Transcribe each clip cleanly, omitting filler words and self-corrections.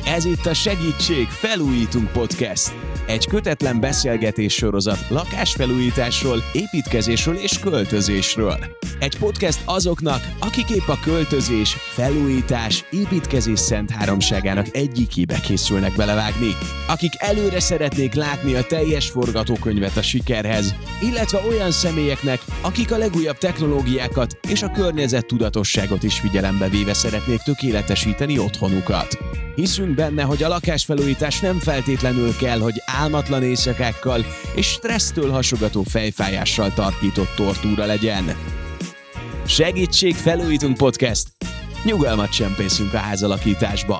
Ez itt a Segítség, felújítunk podcast. Egy kötetlen beszélgetés sorozat lakásfelújításról, építkezésről és költözésről. Egy podcast azoknak, akik épp a költözés, felújítás, építkezés szent háromságának egyikébe készülnek belevágni. Akik előre szeretnék látni a teljes forgatókönyvet a sikerhez, illetve olyan személyeknek, akik a legújabb technológiákat és a környezettudatosságot is figyelembe véve szeretnék tökéletesíteni otthonukat. Hiszünk benne, hogy a lakásfelújítás nem feltétlenül kell, hogy álmatlan éjszakákkal és stressztől hasogató fejfájással tarkított tortúra legyen. Segítség, felújítunk podcast! Nyugalmat csempészünk a házalakításba!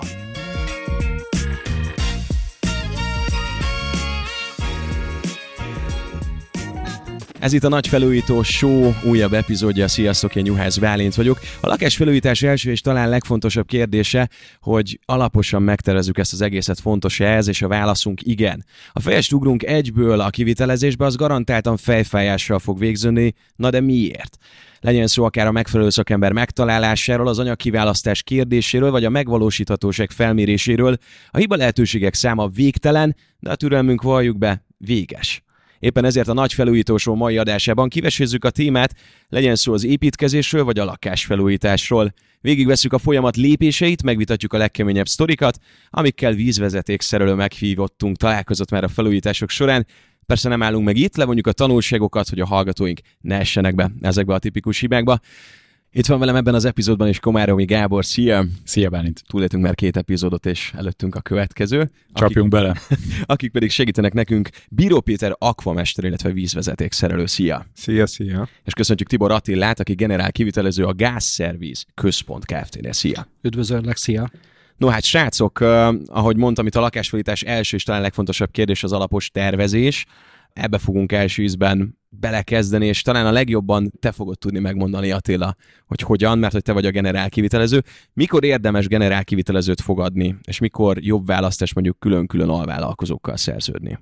Ez itt a Nagy Felújító Show újabb epizódja. Sziasztok, én Juhász Bálint vagyok. A lakásfelújítás első és talán legfontosabb kérdése, hogy alaposan megtervezzük ezt az egészet, fontos-e ez, és a válaszunk igen. A fejest ugrunk egyből a kivitelezésbe, az garantáltan fejfájással fog végződni, na de miért? Legyen szó akár a megfelelő szakember megtalálásáról, az anyagkiválasztás kérdéséről, vagy a megvalósíthatóság felméréséről. A hiba lehetőségek száma végtelen, de a türelmünk, valljuk be, véges. Éppen ezért a Nagy Felújító Show mai adásában kivesézzük a témát, legyen szó az építkezésről vagy a lakásfelújításról. Végigvesszük a folyamat lépéseit, megvitatjuk a legkeményebb sztorikat, amikkel vízvezetékszerelő meghívottunk találkozott már a felújítások során. Persze nem állunk meg itt, levonjuk a tanulságokat, hogy a hallgatóink ne essenek be ezekbe a tipikus hibákba. Itt van velem ebben az epizódban is Komáromi Gábor. Szia! Szia, Bálint! Túléltünk már 2 epizódot, és előttünk a következő. Csapjunk bele! Akik pedig segítenek nekünk, Bíró Péter akvamester, illetve vízvezetékszerelő. Szia! Szia! És köszöntjük Tibor Attilát, aki generál kivitelező a Gázszerviz Központ Kft-nél. Szia! Üdvözöllek, szia! No hát srácok, ahogy mondtam, itt a lakásfelújítás első és talán legfontosabb kérdés az alapos tervezés. Ebbe fogunk első ízben belekezdeni, és talán a legjobban te fogod tudni megmondani, Attila, hogy hogyan, mert hogy te vagy a generál kivitelező. Mikor érdemes generál kivitelezőt fogadni, és mikor jobb választás mondjuk külön-külön alvállalkozókkal szerződni?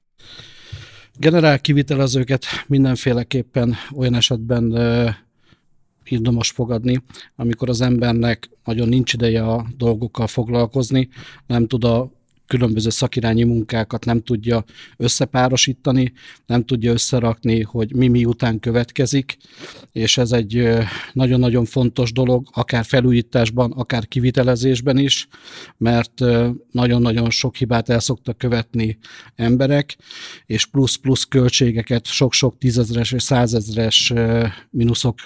Generál kivitelezőket mindenféleképpen olyan esetben érdemes fogadni, amikor az embernek nagyon nincs ideje a dolgokkal foglalkozni, nem tud a különböző szakirányi munkákat nem tudja összepárosítani, nem tudja összerakni, hogy mi után következik, és ez egy nagyon-nagyon fontos dolog, akár felújításban, akár kivitelezésben is, mert nagyon-nagyon sok hibát el szoktak követni emberek, és plusz költségeket, sok-sok 10 000-es és 100 000-es mínuszok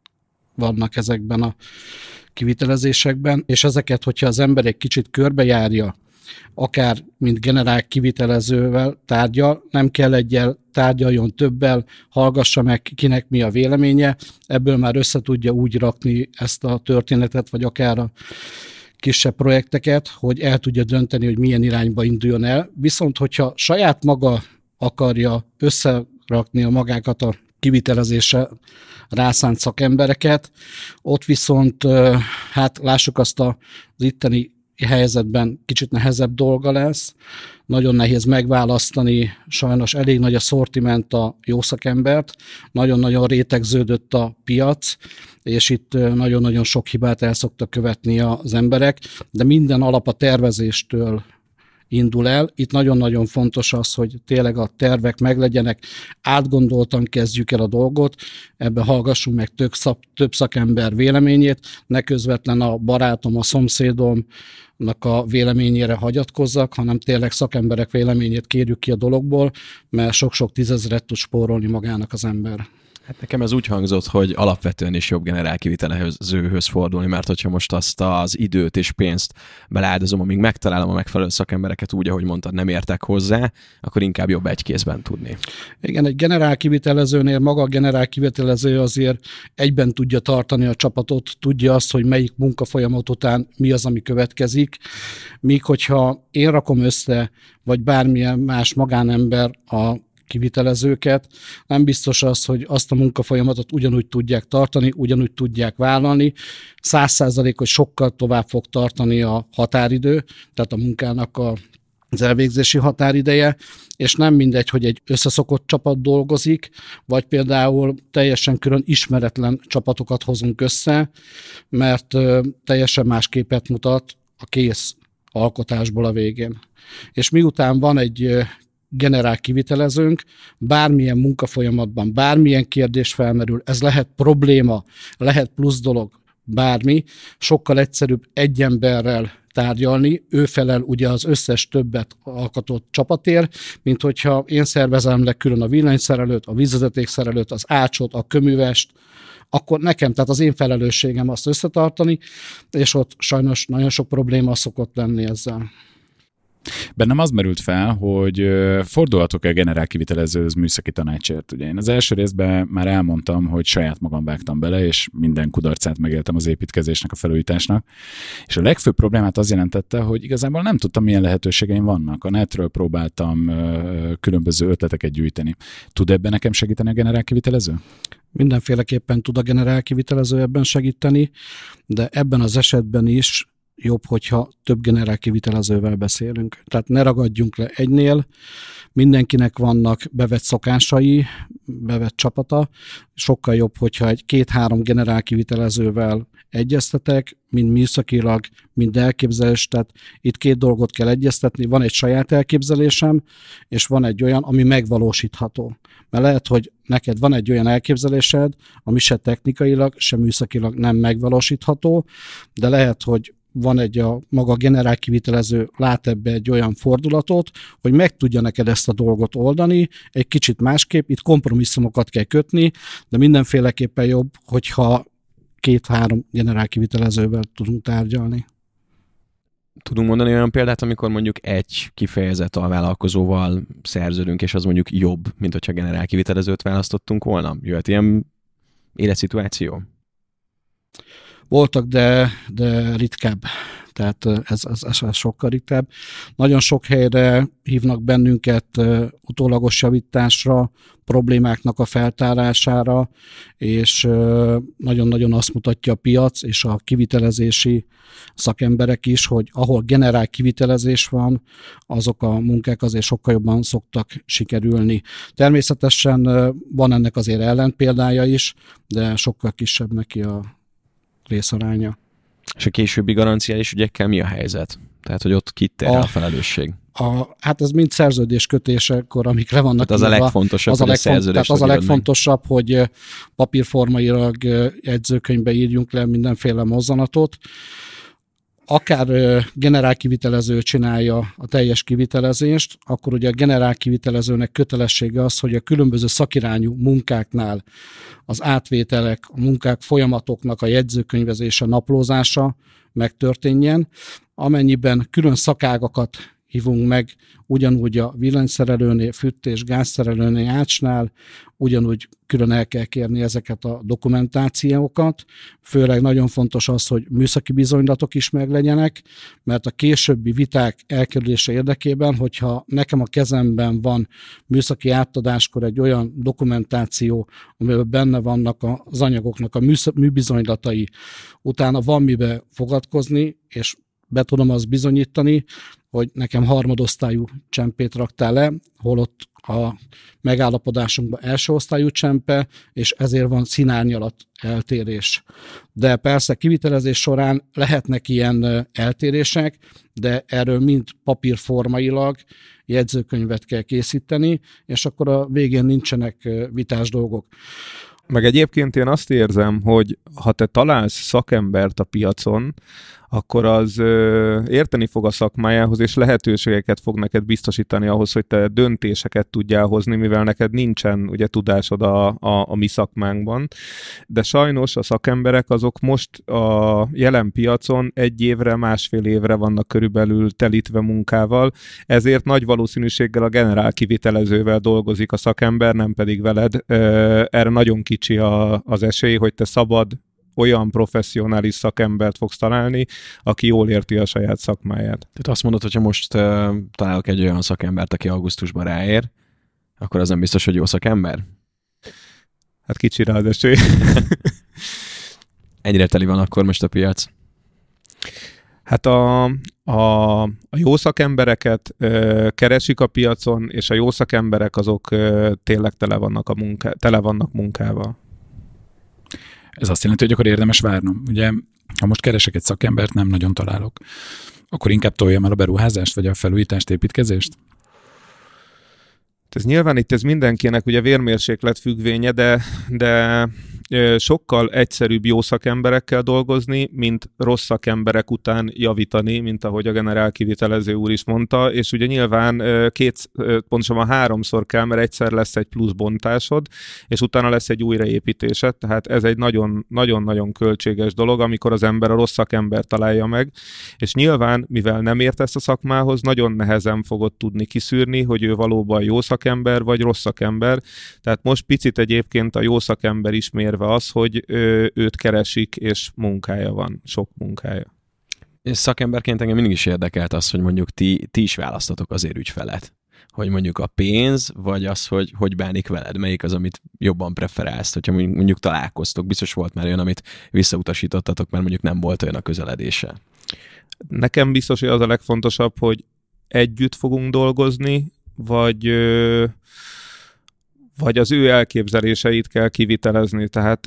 vannak ezekben a kivitelezésekben, és ezeket, hogyha az ember egy kicsit körbejárja, akár mint generál kivitelezővel tárgyal, nem kell egyel tárgyaljon többel, hallgassa meg kinek mi a véleménye, ebből már össze tudja úgy rakni ezt a történetet, vagy akár a kisebb projekteket, hogy el tudja dönteni, hogy milyen irányba induljon el. Viszont, hogyha saját maga akarja összerakni a magákat a kivitelezésre rászánt szakembereket, ott viszont, hát lássuk azt az itteni helyzetben kicsit nehezebb dolga lesz, nagyon nehéz megválasztani, sajnos elég nagy a szortiment a jó szakembert, nagyon-nagyon rétegződött a piac, és itt nagyon-nagyon sok hibát el szoktak követni az emberek, de minden alap a tervezéstől indul el. Itt nagyon-nagyon fontos az, hogy tényleg a tervek meglegyenek, átgondoltan kezdjük el a dolgot, ebben hallgassunk meg több szakember véleményét, ne közvetlen a barátom, a szomszédomnak a véleményére hagyatkozzak, hanem tényleg szakemberek véleményét kérjük ki a dologból, mert sok-sok 10 000-et tud spórolni magának az ember. Hát nekem ez úgy hangzott, hogy alapvetően is jobb generál kivitelezőhöz fordulni, mert hogyha most azt az időt és pénzt beleáldozom, amíg megtalálom a megfelelő szakembereket úgy, ahogy mondtad, nem értek hozzá, akkor inkább jobb egy kézben tudni. Igen, egy generál kivitelezőnél maga a generál kivitelező azért egyben tudja tartani a csapatot, tudja azt, hogy melyik munkafolyamat után mi az, ami következik, míg hogyha én rakom össze, vagy bármilyen más magánember a kivitelezőket, nem biztos az, hogy azt a munkafolyamatot ugyanúgy tudják tartani, ugyanúgy tudják vállalni. 100%, hogy sokkal tovább fog tartani a határidő, tehát a munkának az elvégzési határideje, és nem mindegy, hogy egy összeszokott csapat dolgozik, vagy például teljesen külön ismeretlen csapatokat hozunk össze, mert teljesen más képet mutat a kész alkotásból a végén. És miután van egy generál kivitelezőnk, bármilyen munkafolyamatban, bármilyen kérdés felmerül, ez lehet probléma, lehet plusz dolog, bármi, sokkal egyszerűbb egy emberrel tárgyalni, ő felel ugye az összes többet alkotott csapatért, mint hogyha én szervezem le külön a villanyszerelőt, a vízvezetékszerelőt, az ácsot, a köművest, akkor nekem, tehát az én felelősségem azt összetartani, és ott sajnos nagyon sok probléma szokott lenni ezzel. Bennem az merült fel, hogy fordulhatok-e a generál kivitelezőhöz műszaki tanácsért. Ugye én az első részben már elmondtam, hogy saját magam vágtam bele, és minden kudarcát megéltem az építkezésnek, a felújításnak. És a legfőbb problémát az jelentette, hogy igazából nem tudtam, milyen lehetőségeim vannak. A netről próbáltam különböző ötleteket gyűjteni. Tud ebben nekem segíteni a generál kivitelező? Mindenféleképpen tud a generál kivitelező ebben segíteni, de ebben az esetben is jobb, hogyha több generál kivitelezővel beszélünk. Tehát ne ragadjunk le egynél, mindenkinek vannak bevett szokásai, bevett csapata, sokkal jobb, hogyha egy 2-3 generál kivitelezővel egyeztetek, mind műszakilag, mind elképzelés, tehát itt 2 dolgot kell egyeztetni, van egy saját elképzelésem, és van egy olyan, ami megvalósítható. Mert lehet, hogy neked van egy olyan elképzelésed, ami se technikailag, se műszakilag nem megvalósítható, de lehet, hogy van egy a maga generál kivitelező, lát ebbe egy olyan fordulatot, hogy meg tudja neked ezt a dolgot oldani, egy kicsit másképp, itt kompromisszumokat kell kötni, de mindenféleképpen jobb, hogyha 2-3 generál kivitelezővel tudunk tárgyalni. Tudunk mondani olyan példát, amikor mondjuk egy kifejezett alvállalkozóval szerződünk, és az mondjuk jobb, mint hogyha generál kivitelezőt választottunk volna? Jöhet ilyen életszituáció? Voltak, de ritkább. Tehát ez sokkal ritkább. Nagyon sok helyre hívnak bennünket utólagos javításra, problémáknak a feltárására, és nagyon-nagyon azt mutatja a piac és a kivitelezési szakemberek is, hogy ahol generál kivitelezés van, azok a munkák azért sokkal jobban szoktak sikerülni. Természetesen van ennek azért ellenpéldája is, de sokkal kisebb neki a részaránya. És a későbbi garanciális ügyekkel mi a helyzet? Tehát, hogy ott kit terel a felelősség? Hát ez mind szerződéskötésekor, amik le vannak. Tehát az írva, a legfontosabb, az a legfontosabb, hogy papírformailag jegyzőkönyvbe írjunk le mindenféle mozzanatot. Akár generál kivitelező csinálja a teljes kivitelezést, akkor ugye a generál kivitelezőnek kötelessége az, hogy a különböző szakirányú munkáknál az átvételek, a munkák folyamatoknak a jegyzőkönyvezése, naplózása megtörténjen. Amennyiben külön szakágakat hívunk meg, ugyanúgy a villanyszerelőnél, fűtés, gázszerelőnél, ácsnál, ugyanúgy külön el kell kérni ezeket a dokumentációkat. Főleg nagyon fontos az, hogy műszaki bizonylatok is meglegyenek, mert a későbbi viták elkerülése érdekében, hogyha nekem a kezemben van műszaki átadáskor egy olyan dokumentáció, amiben benne vannak az anyagoknak a műbizonylatai, utána van mibe fogadkozni, és be tudom azt bizonyítani, hogy nekem harmadosztályú csempét raktál le, holott a megállapodásunkban első osztályú csempe, és ezért van színárnyalat eltérés. De persze kivitelezés során lehetnek ilyen eltérések, de erről mind papírformailag jegyzőkönyvet kell készíteni, és akkor a végén nincsenek vitás dolgok. Meg egyébként én azt érzem, hogy ha te találsz szakembert a piacon, akkor az érteni fog a szakmájához, és lehetőségeket fog neked biztosítani ahhoz, hogy te döntéseket tudjál hozni, mivel neked nincsen ugye tudásod a mi szakmánkban. De sajnos a szakemberek azok most a jelen piacon 1 évre, 1,5 évre vannak körülbelül telítve munkával, ezért nagy valószínűséggel a generál kivitelezővel dolgozik a szakember, nem pedig veled. Erre nagyon kicsi az esély, hogy te szabad, olyan professzionális szakembert fogsz találni, aki jól érti a saját szakmáját. Tehát azt mondod, hogyha most találok egy olyan szakembert, aki augusztusban ráér, akkor az nem biztos, hogy jó szakember? Hát kicsi rá az esély. Ennyire teli van akkor most a piac? Hát a jó szakembereket keresik a piacon, és a jó szakemberek azok tényleg tele vannak munkával. Ez azt jelenti, hogy akkor érdemes várnom. Ugye, ha most keresek egy szakembert, nem nagyon találok. Akkor inkább toljam el a beruházást, vagy a felújítást, építkezést? Ez nyilván itt ez mindenkinek ugye vérmérséklet függvénye, de sokkal egyszerűbb jó szakemberekkel dolgozni, mint rossz szakemberek után javítani, mint ahogy a generál kivitelező úr is mondta, és ugye nyilván pontosabban 3-szor kell, mert egyszer lesz egy plusz bontásod, és utána lesz egy újraépítésed, tehát ez egy nagyon-nagyon költséges dolog, amikor az ember a rossz szakember találja meg, és nyilván, mivel nem ért ezt a szakmához, nagyon nehezen fogod tudni kiszűrni, hogy ő valóban jó szakember, vagy rossz szakember, tehát most picit egyébként a jó szakember ismérve az, hogy őt keresik, és munkája van, sok munkája. És szakemberként engem mindig is érdekelt az, hogy mondjuk ti is választatok azért ügyfelet. Hogy mondjuk a pénz, vagy az, hogy bánik veled, melyik az, amit jobban preferálsz, hogyha mondjuk találkoztok. Biztos volt már olyan, amit visszautasítottatok, mert mondjuk nem volt olyan a közeledése. Nekem biztos, hogy az a legfontosabb, hogy együtt fogunk dolgozni, vagy az ő elképzeléseit kell kivitelezni. Tehát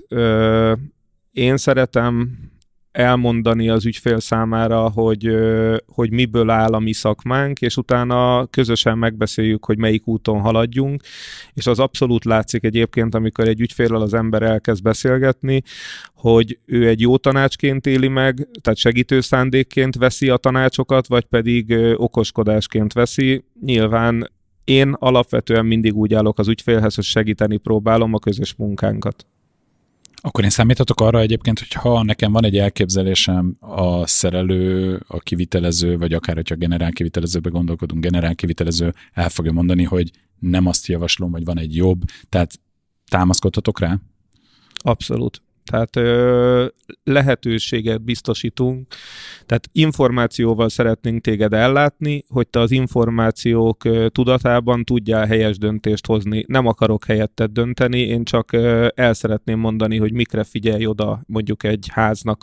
én szeretem elmondani az ügyfél számára, hogy miből áll a mi szakmánk, és utána közösen megbeszéljük, hogy melyik úton haladjunk, és az abszolút látszik egyébként, amikor egy ügyféllel az ember elkezd beszélgetni, hogy ő egy jó tanácsként éli meg, tehát segítő szándékként veszi a tanácsokat, vagy pedig okoskodásként veszi. Nyilván én alapvetően mindig úgy állok az ügyfélhez, hogy segíteni próbálom a közös munkánkat. Akkor én számíthatok arra egyébként, hogy ha nekem van egy elképzelésem, a szerelő, a kivitelező, vagy akár, hogyha generál kivitelezőbe gondolkodunk, generál kivitelező el fogja mondani, hogy nem azt javaslom, vagy van egy jobb, tehát támaszkodhatok rá? Abszolút. Tehát lehetőséget biztosítunk, tehát információval szeretnénk téged ellátni, hogy te az információk tudatában tudjál helyes döntést hozni. Nem akarok helyetted dönteni, én csak el szeretném mondani, hogy mikre figyelj oda mondjuk egy háznak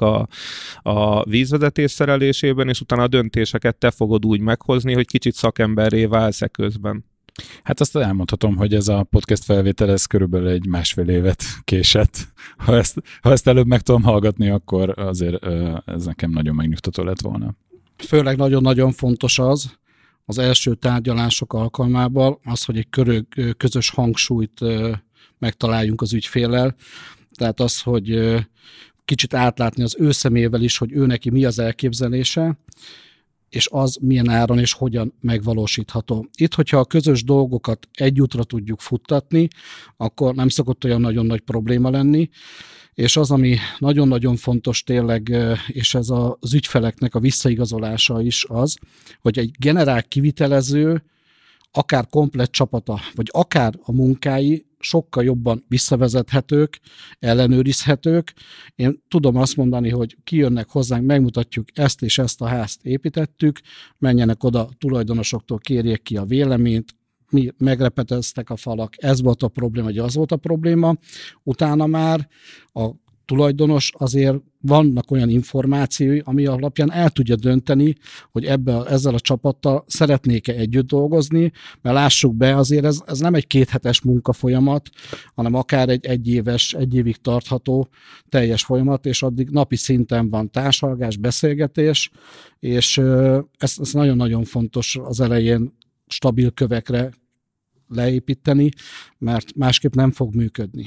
a vízvezetés szerelésében, és utána a döntéseket te fogod úgy meghozni, hogy kicsit szakemberré válsz közben. Hát azt elmondhatom, hogy ez a podcast felvétel ez körülbelül egy 1,5 évet késett. Ha ezt előbb meg tudom hallgatni, akkor azért ez nekem nagyon megnyugtató lett volna. Főleg nagyon-nagyon fontos az első tárgyalások alkalmával, az, hogy egy közös hangsúlyt megtaláljunk az ügyféllel. Tehát az, hogy kicsit átlátni az ő szemével is, hogy ő neki mi az elképzelése, és az milyen áron és hogyan megvalósítható. Itt, hogyha a közös dolgokat egy útra tudjuk futtatni, akkor nem szokott olyan nagyon nagy probléma lenni, és az, ami nagyon-nagyon fontos tényleg, és ez az ügyfeleknek a visszaigazolása is az, hogy egy generál kivitelező, akár komplett csapata, vagy akár a munkái sokkal jobban visszavezethetők, ellenőrizhetők. Én tudom azt mondani, hogy kijönnek hozzánk, megmutatjuk ezt és ezt a házt építettük, menjenek oda tulajdonosoktól, kérjék ki a véleményt, mi megrepeteztek a falak, ez volt a probléma, vagy az volt a probléma. Utána már a tulajdonos azért vannak olyan információi, ami alapján el tudja dönteni, hogy ezzel a csapattal szeretnék-e együtt dolgozni, mert lássuk be, azért ez nem egy 2 hetes munkafolyamat, hanem akár egy évig tartható teljes folyamat, és addig napi szinten van társalgás, beszélgetés, és ez nagyon-nagyon fontos az elején stabil kövekre leépíteni, mert másképp nem fog működni.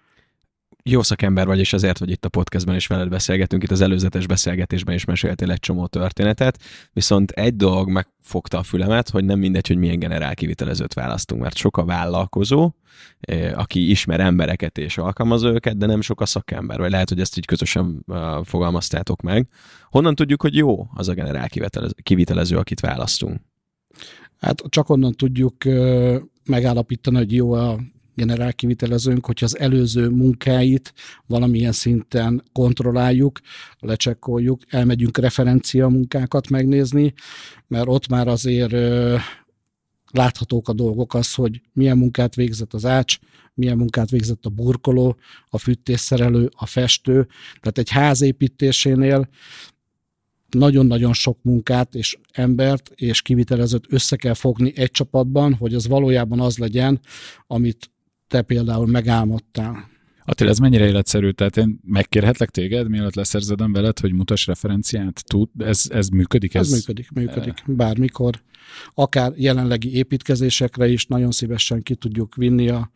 Jó szakember vagy, és ezért vagy itt a podcastben, és veled beszélgetünk. Itt az előzetes beszélgetésben is meséltél egy csomó történetet, viszont egy dolog megfogta a fülemet, hogy nem mindegy, hogy milyen generál kivitelezőt választunk, mert sok a vállalkozó, aki ismer embereket és alkalmazza őket, de nem sok a szakember, vagy lehet, hogy ezt így közösen fogalmaztátok meg. Honnan tudjuk, hogy jó az a generál kivitelező, akit választunk? Hát csak onnan tudjuk megállapítani, hogy jó a generál kivitelezőnk, hogyha az előző munkáit valamilyen szinten kontrolláljuk, lecsekkoljuk, elmegyünk referencia munkákat megnézni, mert ott már azért láthatók a dolgok, az, hogy milyen munkát végzett az ács, milyen munkát végzett a burkoló, a fűtésszerelő, a festő. Tehát egy házépítésénél nagyon-nagyon sok munkát és embert és kivitelezőt össze kell fogni egy csapatban, hogy az valójában az legyen, amit te például megálmodtál. Attila, ez mennyire életszerű? Tehát én megkérhetlek téged, mielőtt leszerződöm veled, hogy mutass referenciát? Ez működik? Ez működik. Bármikor. Akár jelenlegi építkezésekre is nagyon szívesen ki tudjuk vinni a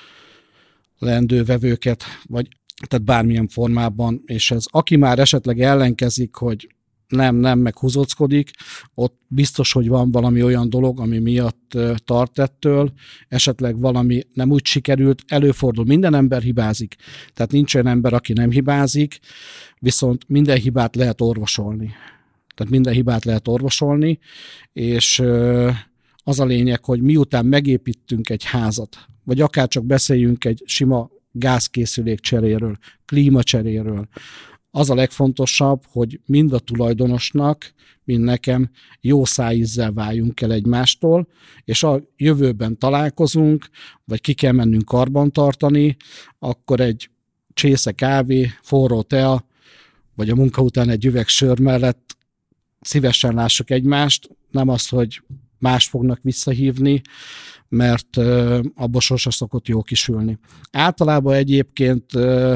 leendő vevőket, vagy tehát bármilyen formában, és ez aki már esetleg ellenkezik, hogy nem, meg húzóckodik, ott biztos, hogy van valami olyan dolog, ami miatt tart ettől, esetleg valami nem úgy sikerült, előfordul, minden ember hibázik, tehát nincs olyan ember, aki nem hibázik, viszont minden hibát lehet orvosolni. Tehát minden hibát lehet orvosolni, és az a lényeg, hogy miután megépítünk egy házat, vagy akár csak beszéljünk egy sima gázkészülék cseréről, klímacseréről, az a legfontosabb, hogy mind a tulajdonosnak, mind nekem jó szájízzel váljunk el egymástól, és a jövőben találkozunk, vagy ki kell mennünk karbantartani, akkor egy csésze kávé, forró tea, vagy a munka után egy üveg sör mellett szívesen lássuk egymást, nem az, hogy más fognak visszahívni, mert abból sosem szokott jó kisülni. Általában egyébként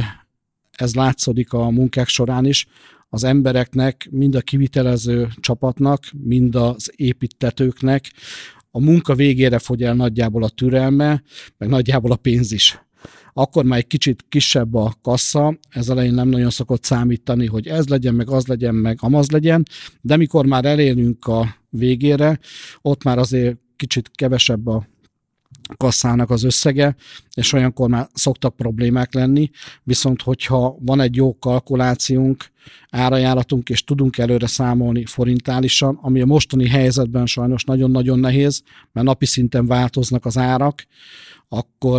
ez látszódik a munkák során is, az embereknek, mind a kivitelező csapatnak, mind az építtetőknek a munka végére fogy el nagyjából a türelme, meg nagyjából a pénz is. Akkor már egy kicsit kisebb a kassa, ez elején nem nagyon szokott számítani, hogy ez legyen, meg az legyen, meg amaz legyen, de mikor már elérünk a végére, ott már azért kicsit kevesebb a kasszának az összege, és olyankor már szoktak problémák lenni, viszont hogyha van egy jó kalkulációnk, árajánlatunk, és tudunk előre számolni forintálisan, ami a mostani helyzetben sajnos nagyon-nagyon nehéz, mert napi szinten változnak az árak, akkor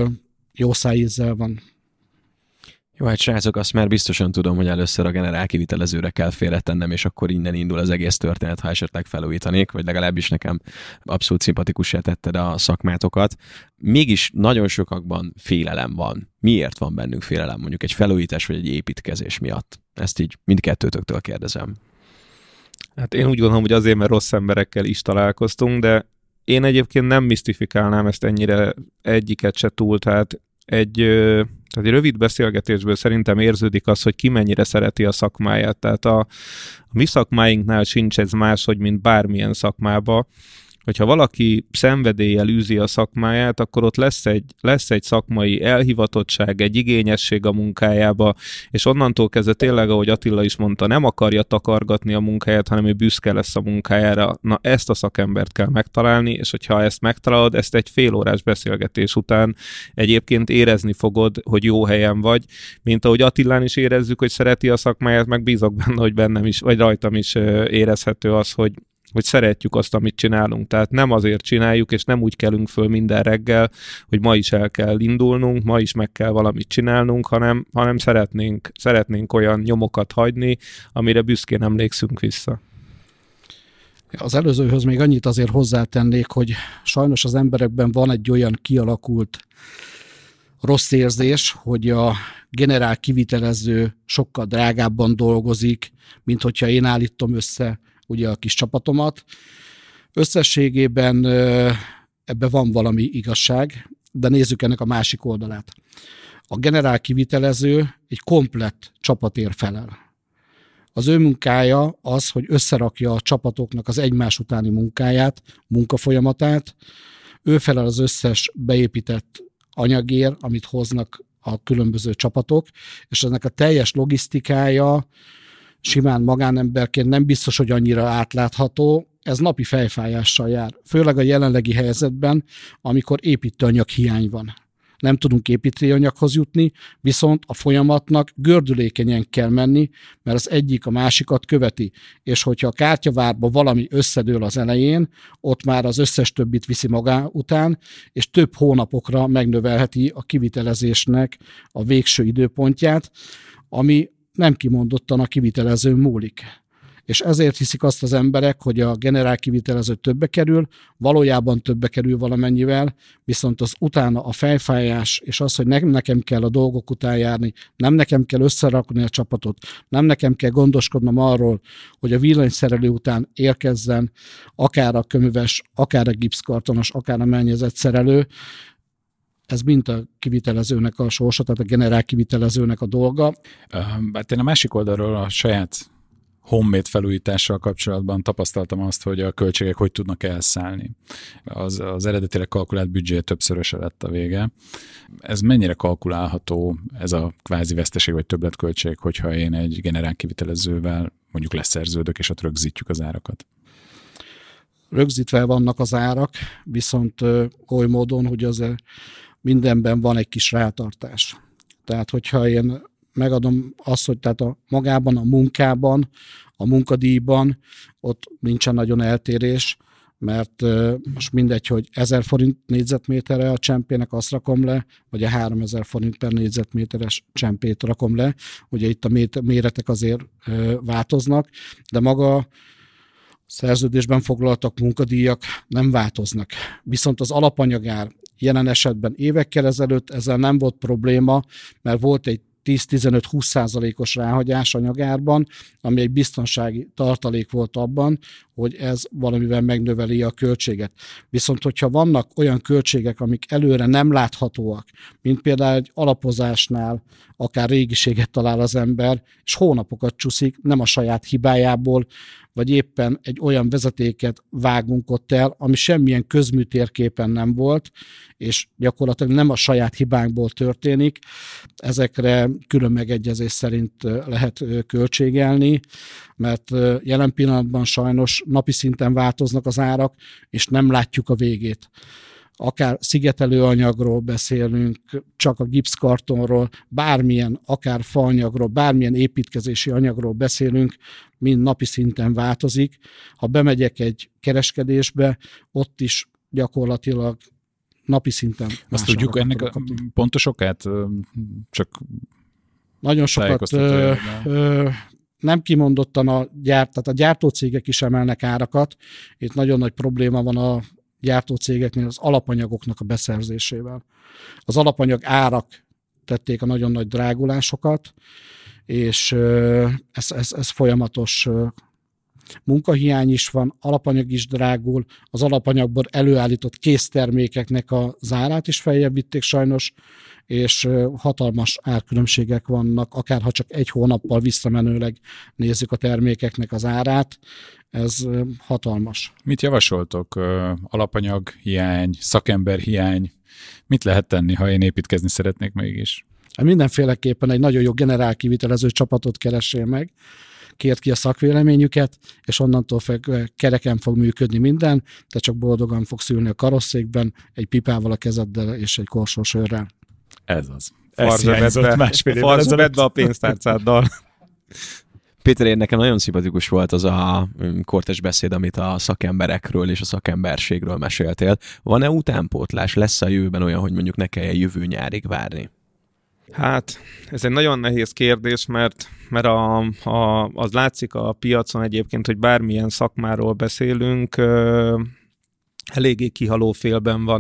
jó szájízzel van. Jó, hát srácok, azt már biztosan tudom, hogy először a generál kivitelezőre kell félretennem, és akkor innen indul az egész történet, ha esetleg felújítanék, vagy legalábbis nekem abszolút szimpatikussá tetted a szakmátokat. Mégis nagyon sokakban félelem van. Miért van bennünk félelem, mondjuk egy felújítás vagy egy építkezés miatt? Ezt így mindkettőtöktől kérdezem. Hát én úgy gondolom, hogy azért, mert rossz emberekkel is találkoztunk, de én egyébként nem misztifikálnám ezt ennyire egyiket se túl, tehát egy rövid beszélgetésből szerintem érződik az, hogy ki mennyire szereti a szakmáját. Tehát a mi szakmáinknál sincs ez máshogy, mint bármilyen szakmába. Hogyha valaki szenvedéllyel űzi a szakmáját, akkor ott lesz egy szakmai elhivatottság, egy igényesség a munkájába, és onnantól kezdve tényleg, ahogy Attila is mondta, nem akarja takargatni a munkáját, hanem ő büszke lesz a munkájára. Na, ezt a szakembert kell megtalálni, és hogyha ezt megtalálod, ezt egy félórás beszélgetés után egyébként érezni fogod, hogy jó helyen vagy, mint ahogy Attilán is érezzük, hogy szereti a szakmáját, meg bízok benne, hogy bennem is, vagy rajtam is érezhető az, hogy szeretjük azt, amit csinálunk. Tehát nem azért csináljuk, és nem úgy kelünk föl minden reggel, hogy ma is el kell indulnunk, ma is meg kell valamit csinálnunk, hanem szeretnénk olyan nyomokat hagyni, amire büszkén emlékszünk vissza. Az előzőhöz még annyit azért hozzátennék, hogy sajnos az emberekben van egy olyan kialakult rossz érzés, hogy a generál kivitelező sokkal drágábban dolgozik, mint hogyha én állítom össze ugye a kis csapatomat. Összességében ebben van valami igazság, de nézzük ennek a másik oldalát. A generál kivitelező egy komplett csapatért felel. Az ő munkája az, hogy összerakja a csapatoknak az egymás utáni munkáját, munkafolyamatát. Ő felel az összes beépített anyagért, amit hoznak a különböző csapatok, és ennek a teljes logisztikája simán magánemberként nem biztos, hogy annyira átlátható, ez napi fejfájással jár. Főleg a jelenlegi helyzetben, amikor építőanyag hiány van. Nem tudunk építőanyaghoz jutni, viszont a folyamatnak gördülékenyen kell menni, mert az egyik a másikat követi. És hogyha a kártyavárba valami összedől az elején, ott már az összes többit viszi magá után, és több hónapokra megnövelheti a kivitelezésnek a végső időpontját, ami nem kimondottan a kivitelezőn múlik. És ezért hiszik azt az emberek, hogy a generál kivitelező többe kerül, valójában többe kerül valamennyivel, viszont az utána a fejfájás, és az, hogy nem nekem kell a dolgok után járni, nem nekem kell összerakni a csapatot, nem nekem kell gondoskodnom arról, hogy a villanyszerelő után érkezzen akár a köműves, akár a gipszkartonos, akár a mennyezet szerelő, ez mind a kivitelezőnek a sorsa, tehát a generál kivitelezőnek a dolga. Hát én a másik oldalról a saját homemade felújítással kapcsolatban tapasztaltam azt, hogy a költségek hogy tudnak elszállni. Az eredetileg kalkulált büdzsé többszöröse lett a vége. Ez mennyire kalkulálható, ez a kvázi veszteség vagy többletköltség, hogyha én egy generál kivitelezővel mondjuk leszerződök, és ott rögzítjük az árakat? Rögzítve vannak az árak, viszont oly módon, hogy az mindenben van egy kis rátartás. Tehát, hogyha én megadom azt, hogy tehát magában a munkában, a munkadíjban ott nincsen nagyon eltérés, mert most mindegy, hogy 1000 forint négyzetméterre a csempének azt rakom le, vagy a 3000 forint per négyzetméteres csempét rakom le. Ugye itt a méretek azért változnak, de maga szerződésben foglaltak munkadíjak nem változnak. Viszont az alapanyagár jelen esetben évekkel ezelőtt ezzel nem volt probléma, mert volt egy 10-15-20%-os ráhagyás anyagárban, ami egy biztonsági tartalék volt abban, hogy ez valamivel megnöveli a költséget. Viszont, hogyha vannak olyan költségek, amik előre nem láthatóak, mint például egy alapozásnál akár régiséget talál az ember, és hónapokat csúszik, nem a saját hibájából, vagy éppen egy olyan vezetéket vágunk ott el, ami semmilyen közműtérképen nem volt, és gyakorlatilag nem a saját hibánkból történik. Ezekre külön megegyezés szerint lehet költségelni, mert jelen pillanatban sajnos napi szinten változnak az árak, és nem látjuk a végét. Akár szigetelőanyagról beszélünk, csak a gipszkartonról, bármilyen, akár faanyagról, bármilyen építkezési anyagról beszélünk, mind napi szinten változik. Ha bemegyek egy kereskedésbe, ott is gyakorlatilag napi szinten. Azt tudjuk ennek a pontos okát? Csak nagyon sokat nem kimondottan tehát a gyártócégek is emelnek árakat. Itt nagyon nagy probléma van a gyártócégeknél az alapanyagoknak a beszerzésével. Az alapanyag árak tették a nagyon nagy drágulásokat, és ez folyamatos munkahiány is van, alapanyag is drágul, az alapanyagból előállított késztermékeknek az árát is feljebb vitték sajnos, és hatalmas árkülönbségek vannak, akárha csak egy hónappal visszamenőleg nézzük a termékeknek az árát, ez hatalmas. Mit javasoltok? Alapanyag hiány, szakember hiány? Mit lehet tenni, ha én építkezni szeretnék mégis? Mindenféleképpen egy nagyon jó generál kivitelező csapatot keressél meg, kért ki a szakvéleményüket, és onnantól kereken fog működni minden, te csak boldogan fogsz ülni a karosszékben, egy pipával a kezeddel és egy korsósörrel. Ez az. Farzsebedbe a pénztárcáddal. Péter, én nekem nagyon szimpatikus volt az a kortes beszéd, amit a szakemberekről és a szakemberségről meséltél. Van-e utánpótlás? Lesz a jövőben olyan, hogy mondjuk ne kelljen jövő nyárig várni? Hát, ez egy nagyon nehéz kérdés, mert az látszik a piacon egyébként, hogy bármilyen szakmáról beszélünk, eléggé kihaló félben van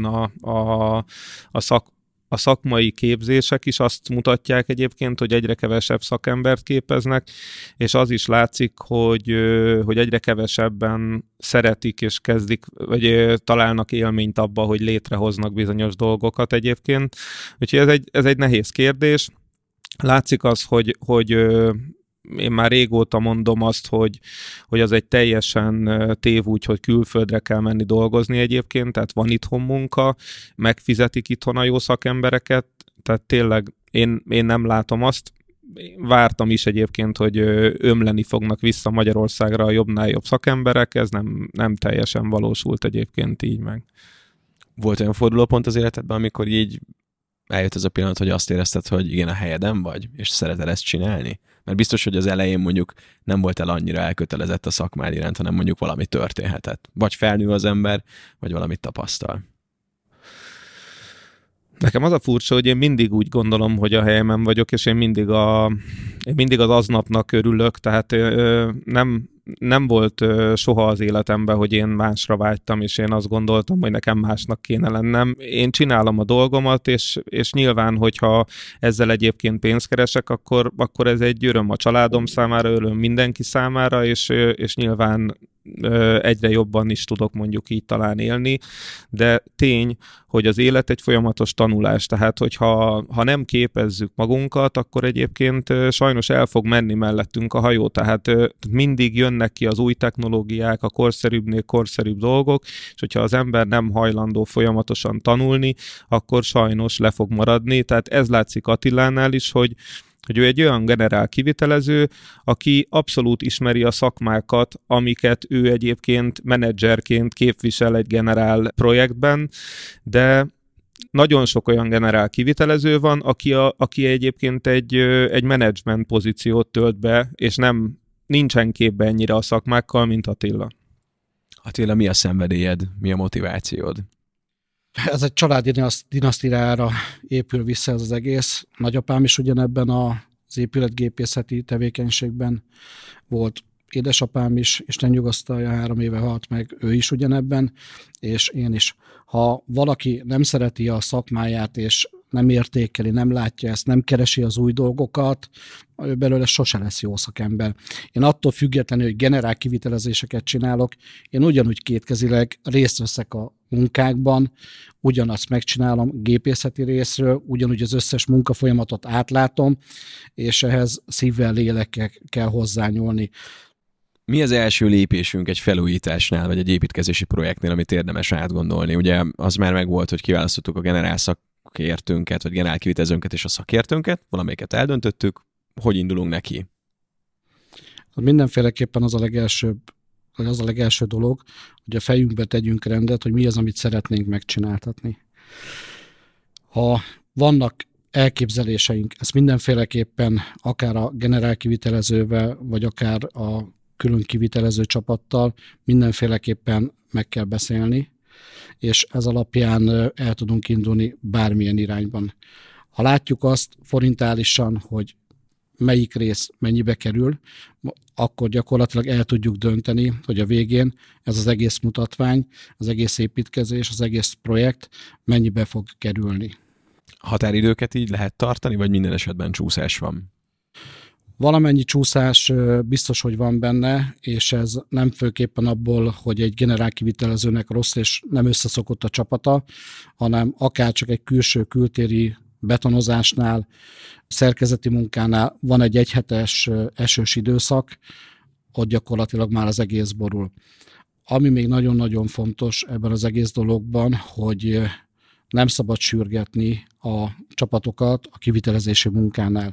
a szakmai képzések is azt mutatják egyébként, hogy egyre kevesebb szakembert képeznek, és az is látszik, hogy egyre kevesebben szeretik és kezdik, vagy találnak élményt abba, hogy létrehoznak bizonyos dolgokat egyébként. Úgyhogy ez egy nehéz kérdés. Látszik az, hogy én már régóta mondom azt, hogy az egy teljesen tévúgy, hogy külföldre kell menni dolgozni egyébként, tehát van itthon munka, megfizetik itthon a jó szakembereket, tehát tényleg én nem látom azt. Vártam is egyébként, hogy ömleni fognak vissza Magyarországra a jobbnál jobb szakemberek, ez nem teljesen valósult egyébként így meg. Volt olyan fordulópont az életedben, amikor így eljött ez a pillanat, hogy azt érezted, hogy igen, a helyeden vagy, és szereted ezt csinálni? Mert biztos, hogy az elején mondjuk nem voltál annyira elkötelezett a szakmád iránt, hanem mondjuk valami történhetett. Vagy felnő az ember, vagy valamit tapasztal. Nekem az a furcsa, hogy én mindig úgy gondolom, hogy a helyemen vagyok, és én mindig az aznapnak örülök, tehát nem volt soha az életemben, hogy én másra vágytam, és én azt gondoltam, hogy nekem másnak kéne lennem. Én csinálom a dolgomat, és nyilván, hogyha ezzel egyébként pénzt keresek, akkor ez egy öröm a családom számára, öröm mindenki számára, és nyilván egyre jobban is tudok mondjuk így talán élni, de tény, hogy az élet egy folyamatos tanulás, tehát hogyha nem képezzük magunkat, akkor egyébként sajnos el fog menni mellettünk a hajó, tehát mindig jönnek ki az új technológiák, a korszerűbbnél korszerűbb dolgok, és hogyha az ember nem hajlandó folyamatosan tanulni, akkor sajnos le fog maradni, tehát ez látszik Attilánál is, hogy ő egy olyan generál kivitelező, aki abszolút ismeri a szakmákat, amiket ő egyébként menedzserként képvisel egy generál projektben, de nagyon sok olyan generál kivitelező van, aki egyébként egy menedzsment pozíciót tölt be, és nincsen képbe ennyire a szakmákkal, mint Attila. Attila, mi a szenvedélyed, mi a motivációd? Ez egy családi dinasztiára épül vissza ez az egész. Nagyapám is ugyanebben az épületgépészeti tevékenységben volt. Édesapám is, Isten nyugosztalja, 3 éve halt meg, ő is ugyanebben, és én is. Ha valaki nem szereti a szakmáját, és nem értékeli, nem látja ezt, nem keresi az új dolgokat, ő belőle sose lesz jó szakember. Én attól függetlenül, hogy generál kivitelezéseket csinálok, én ugyanúgy kétkezileg részt veszek a munkákban, ugyanazt megcsinálom gépészeti részről, ugyanúgy az összes munkafolyamatot átlátom, és ehhez szívvel, lélekkel kell hozzányúlni. Mi az első lépésünk egy felújításnál, vagy egy építkezési projektnél, amit érdemes átgondolni? Ugye az már megvolt, hogy kiválasztottuk a generál szakértőnket, vagy generál kivitelezőnket és a szakértőnket, valamelyiket eldöntöttük, hogy indulunk neki? Mindenféleképpen az a legelső dolog, hogy a fejünkbe tegyünk rendet, hogy mi az, amit szeretnénk megcsináltatni. Ha vannak elképzeléseink, ezt mindenféleképpen akár a generál kivitelezővel, vagy akár a külön kivitelező csapattal mindenféleképpen meg kell beszélni, és ez alapján el tudunk indulni bármilyen irányban. Ha látjuk azt forintálisan, hogy melyik rész mennyibe kerül, akkor gyakorlatilag el tudjuk dönteni, hogy a végén ez az egész mutatvány, az egész építkezés, az egész projekt mennyibe fog kerülni. Határidőket így lehet tartani, vagy minden esetben csúszás van? Valamennyi csúszás biztos, hogy van benne, és ez nem főképpen abból, hogy egy generál kivitelezőnek rossz és nem összeszokott a csapata, hanem akár csak egy kültéri betonozásnál, szerkezeti munkánál van egy egyhetes esős időszak, ott gyakorlatilag már az egész borul. Ami még nagyon-nagyon fontos ebben az egész dologban, hogy nem szabad sürgetni a csapatokat a kivitelezési munkánál.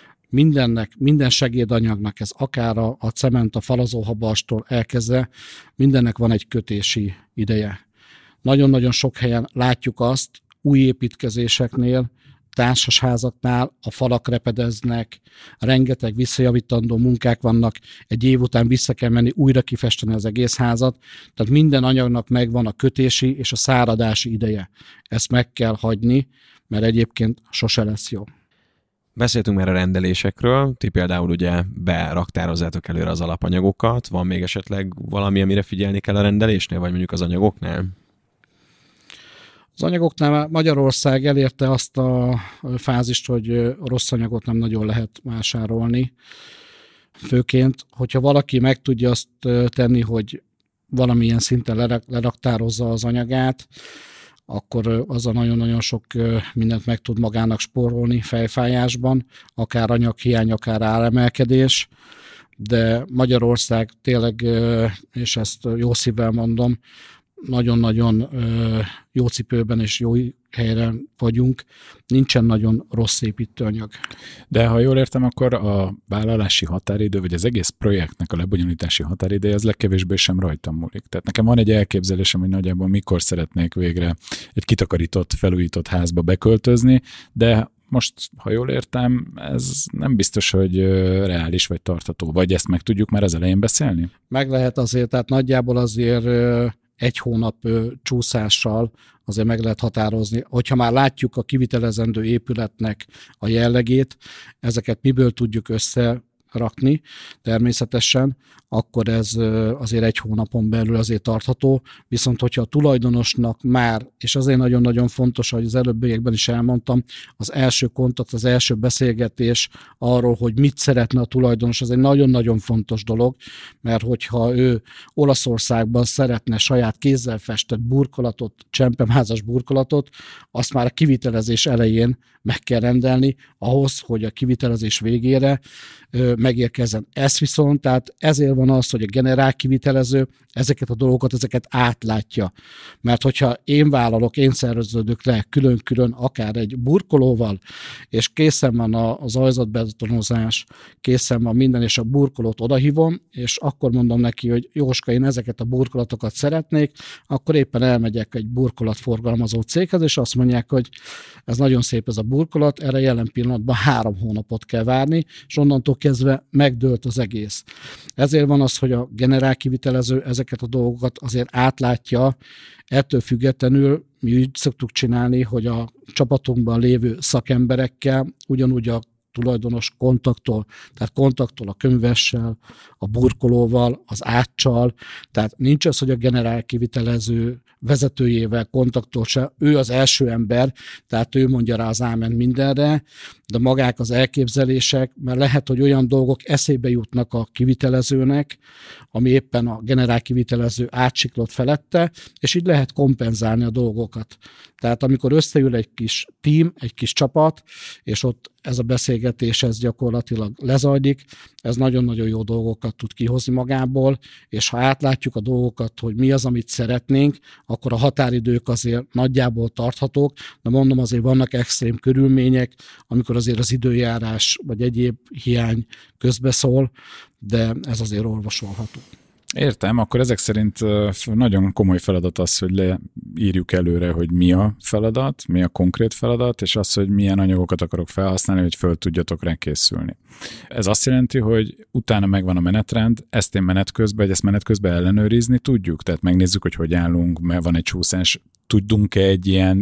Minden segédanyagnak, ez akár a cement, a falazóhabastól elkezdve, mindennek van egy kötési ideje. Nagyon-nagyon sok helyen látjuk azt, új építkezéseknél, társasházaknál a falak repedeznek, rengeteg visszajavítandó munkák vannak, egy év után vissza kell menni, újra kifesteni az egész házat, tehát minden anyagnak megvan a kötési és a száradási ideje. Ezt meg kell hagyni, mert egyébként sose lesz jó. Beszéltünk már a rendelésekről, ti például ugye beraktározzátok előre az alapanyagokat, van még esetleg valami, amire figyelni kell a rendelésnél, vagy mondjuk az anyagoknál? Az anyagoknál Magyarország elérte azt a fázist, hogy rossz anyagot nem nagyon lehet vásárolni. Főként, hogyha valaki meg tudja azt tenni, hogy valamilyen szinten leraktározza az anyagát, akkor azzal nagyon-nagyon sok mindent meg tud magának spórolni fejfájásban, akár anyaghiány, akár áremelkedés, de Magyarország tényleg, és ezt jó szívvel mondom, nagyon-nagyon jó cipőben és jó helyre vagyunk, nincsen nagyon rossz építőanyag. De ha jól értem, akkor a vállalási határidő, vagy az egész projektnek a lebonyolítási határideje az legkevésbé sem rajtam múlik. Tehát nekem van egy elképzelésem, hogy nagyjából mikor szeretnék végre egy kitakarított, felújított házba beköltözni, de most, ha jól értem, ez nem biztos, hogy reális vagy tartható. Vagy ezt meg tudjuk már az elején beszélni? Meg lehet azért, tehát nagyjából azért 1 hónap csúszással azért meg lehet határozni. Hogyha már látjuk a kivitelezendő épületnek a jellegét, ezeket miből tudjuk rakni természetesen, akkor ez azért 1 hónapon belül azért tartható, viszont hogyha a tulajdonosnak már, és azért nagyon-nagyon fontos, ahogy az előbbiekben is elmondtam, az első kontakt, az első beszélgetés arról, hogy mit szeretne a tulajdonos, az egy nagyon-nagyon fontos dolog, mert hogyha ő Olaszországban szeretne saját kézzel festett burkolatot, csempemházas burkolatot, azt már a kivitelezés elején meg kell rendelni, ahhoz, hogy a kivitelezés végére megérkezzen. Ez viszont, tehát ezért van az, hogy a generál kivitelező ezeket a dolgokat, ezeket átlátja. Mert hogyha én vállalok, én szerveződök le külön-külön akár egy burkolóval, és készen van az ajzatbetonozás, készen van minden, és a burkolót odahívom, és akkor mondom neki, hogy Jóska, én ezeket a burkolatokat szeretnék, akkor éppen elmegyek egy burkolatforgalmazó céghez, és azt mondják, hogy ez nagyon szép ez a burkolat, erre jelen pillanatban 3 hónapot kell várni, és onnantól kezdve megdőlt az egész. Ezért van az, hogy a generál kivitelező ezeket a dolgokat azért átlátja, ettől függetlenül mi úgy szoktuk csinálni, hogy a csapatunkban lévő szakemberekkel ugyanúgy a tulajdonos kontaktol a könyvessel, a burkolóval, az áccsal, tehát nincs az, hogy a generál kivitelező vezetőjével kontaktol se, ő az első ember, tehát ő mondja rá az ámen mindenre, de magák az elképzelések, mert lehet, hogy olyan dolgok eszébe jutnak a kivitelezőnek, ami éppen a generál kivitelező átsiklott felette, és így lehet kompenzálni a dolgokat. Tehát amikor összeül egy kis tím, egy kis csapat, és ott ez a beszélgetés ez gyakorlatilag lezajlik, ez nagyon-nagyon jó dolgokat tud kihozni magából, és ha átlátjuk a dolgokat, hogy mi az, amit szeretnénk, akkor a határidők azért nagyjából tarthatók, de mondom, azért vannak extrém körülmények, amikor azért az időjárás vagy egyéb hiány közbeszól, de ez azért orvosolható. Értem, akkor ezek szerint nagyon komoly feladat az, hogy leírjuk előre, hogy mi a feladat, mi a konkrét feladat, és az, hogy milyen anyagokat akarok felhasználni, hogy föl tudjatok rá készülni. Ez azt jelenti, hogy utána megvan a menetrend, ezt menet közben ellenőrizni tudjuk, tehát megnézzük, hogy állunk, mert van egy csúszás, tudunk-e egy ilyen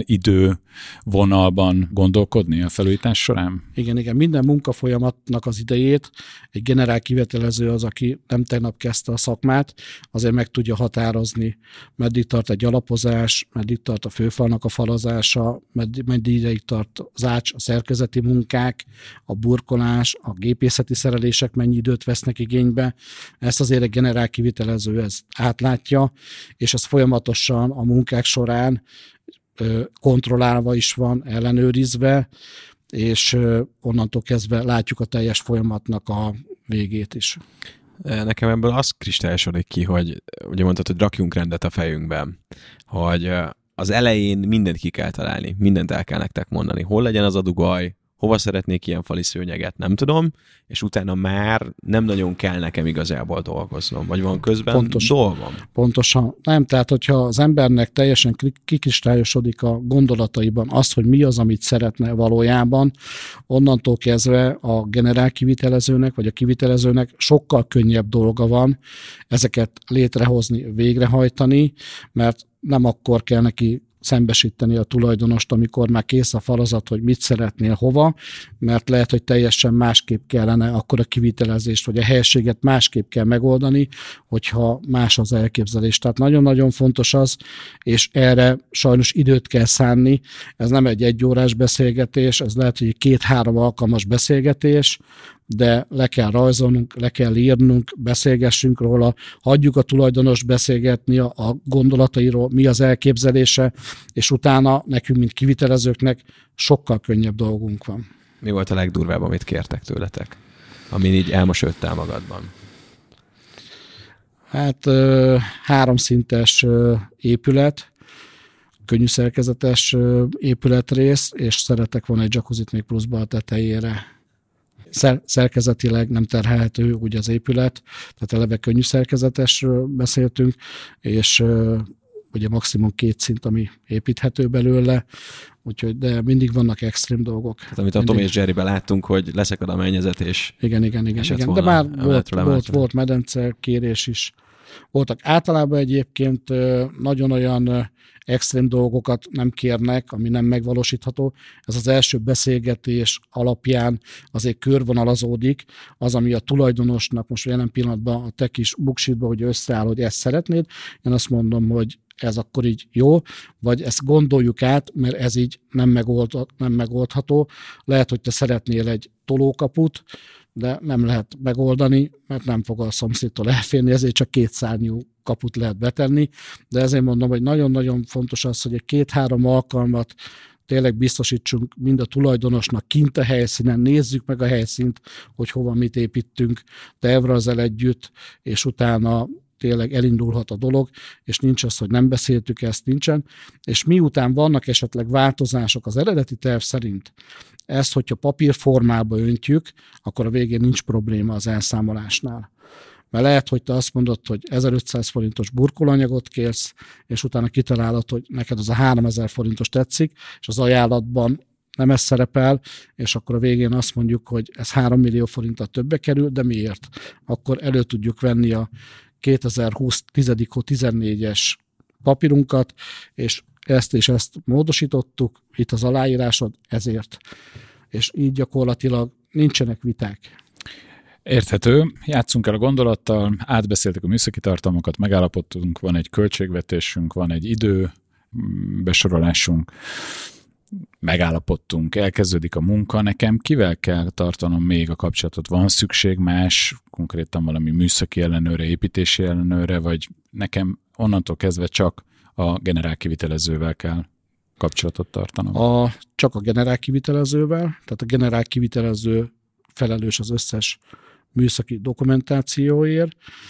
idővonalban gondolkodni a felújítás során? Igen, minden munkafolyamatnak az idejét egy generál kivitelező az, aki nem tegnap kezdte a szakmát, azért meg tudja határozni, meddig tart egy alapozás, meddig tart a főfalnak a falazása, meddig ideig tart az ács, a szerkezeti munkák, a burkolás, a gépészeti szerelések mennyi időt vesznek igénybe. Ezt azért egy generál kivitelező ezt átlátja, és ez folyamatosan a munkák során kontrollálva is van, ellenőrizve, és onnantól kezdve látjuk a teljes folyamatnak a végét is. Nekem ebből az kristályosodik ki, hogy ugye mondtad, hogy rakjunk rendet a fejünkben, hogy az elején mindent ki kell találni, mindent el kell nektek mondani. Hol legyen az a dugaj, hova szeretnék ilyen fali szőnyeget, nem tudom, és utána már nem nagyon kell nekem igazából dolgoznom, vagy van közben dolgom. Pontosan. Nem, tehát hogyha az embernek teljesen kikristályosodik a gondolataiban az, hogy mi az, amit szeretne valójában, onnantól kezdve a generál kivitelezőnek, vagy a kivitelezőnek sokkal könnyebb dolga van ezeket létrehozni, végrehajtani, mert nem akkor kell neki szembesíteni a tulajdonost, amikor már kész a falazat, hogy mit szeretnél hova, mert lehet, hogy teljesen másképp kellene akkor a kivitelezést, vagy a helységet másképp kell megoldani, hogyha más az elképzelés. Tehát nagyon-nagyon fontos az, és erre sajnos időt kell szánni. Ez nem egy 1 órás beszélgetés, ez lehet, hogy 2-3 alkalmas beszélgetés, de le kell rajzolnunk, le kell írnunk, beszélgessünk róla, hagyjuk a tulajdonos beszélgetni a gondolatairól, mi az elképzelése, és utána nekünk, mint kivitelezőknek sokkal könnyebb dolgunk van. Mi volt a legdurvább, amit kértek tőletek? Amin így elmosődtál magadban? Hát 3 szintes épület, könnyű szerkezetes épületrész, és szeretek volna egy jacuzzit még pluszba a tetejére. Szerkezetileg nem terhelhető úgy az épület, tehát eleve könnyű szerkezetesről beszéltünk, és ugye maximum 2 szint, ami építhető belőle, úgyhogy, de mindig vannak extrém dolgok. Hát, amit a Tom és Jerryben láttunk, hogy leszakad a mennyezet, és igen. De már volt medence kérés is. Voltak általában egyébként nagyon olyan extrém dolgokat nem kérnek, ami nem megvalósítható. Ez az első beszélgetés alapján azért körvonalazódik az, ami a tulajdonosnak most jelen pillanatban a te kis buksitban, hogy összeáll, hogy ezt szeretnéd. Én azt mondom, hogy ez akkor így jó, vagy ezt gondoljuk át, mert ez így nem megoldható. Lehet, hogy te szeretnél egy tolókaput, de nem lehet megoldani, mert nem fog a szomszédtól elférni, ezért csak 2 szárnyú kaput lehet betenni. De ezért mondom, hogy nagyon-nagyon fontos az, hogy egy 2-3 alkalmat tényleg biztosítsunk mind a tulajdonosnak kint a helyszínen, nézzük meg a helyszínt, hogy hova mit építünk tervrazzal együtt, és utána tényleg elindulhat a dolog, és nincs az, hogy nem beszéltük, ezt nincsen. És miután vannak esetleg változások az eredeti terv szerint, ezt, hogyha papírformába öntjük, akkor a végén nincs probléma az elszámolásnál. Mert lehet, hogy te azt mondod, hogy 1500 forintos burkolanyagot kérsz, és utána kitalálod, hogy neked az a 3000 forintos tetszik, és az ajánlatban nem ez szerepel, és akkor a végén azt mondjuk, hogy ez 3 millió forinttal többe kerül, de miért? Akkor elő tudjuk venni a 2020 10-14-es papírunkat, és ezt módosítottuk, itt az aláírásod, ezért. És így gyakorlatilag nincsenek viták. Érthető. Játszunk el a gondolattal, átbeszéltük a műszaki tartalmakat, megállapodtunk, van egy költségvetésünk, van egy idő besorolásunk, megállapodtunk, elkezdődik a munka. Nekem kivel kell tartanom még a kapcsolatot? Van szükség más, konkrétan valami műszaki ellenőre, építési ellenőre, vagy nekem onnantól kezdve csak a generálkivitelezővel kell kapcsolatot tartanom? Csak a generálkivitelezővel, tehát a generálkivitelező felelős az összes műszaki dokumentációért,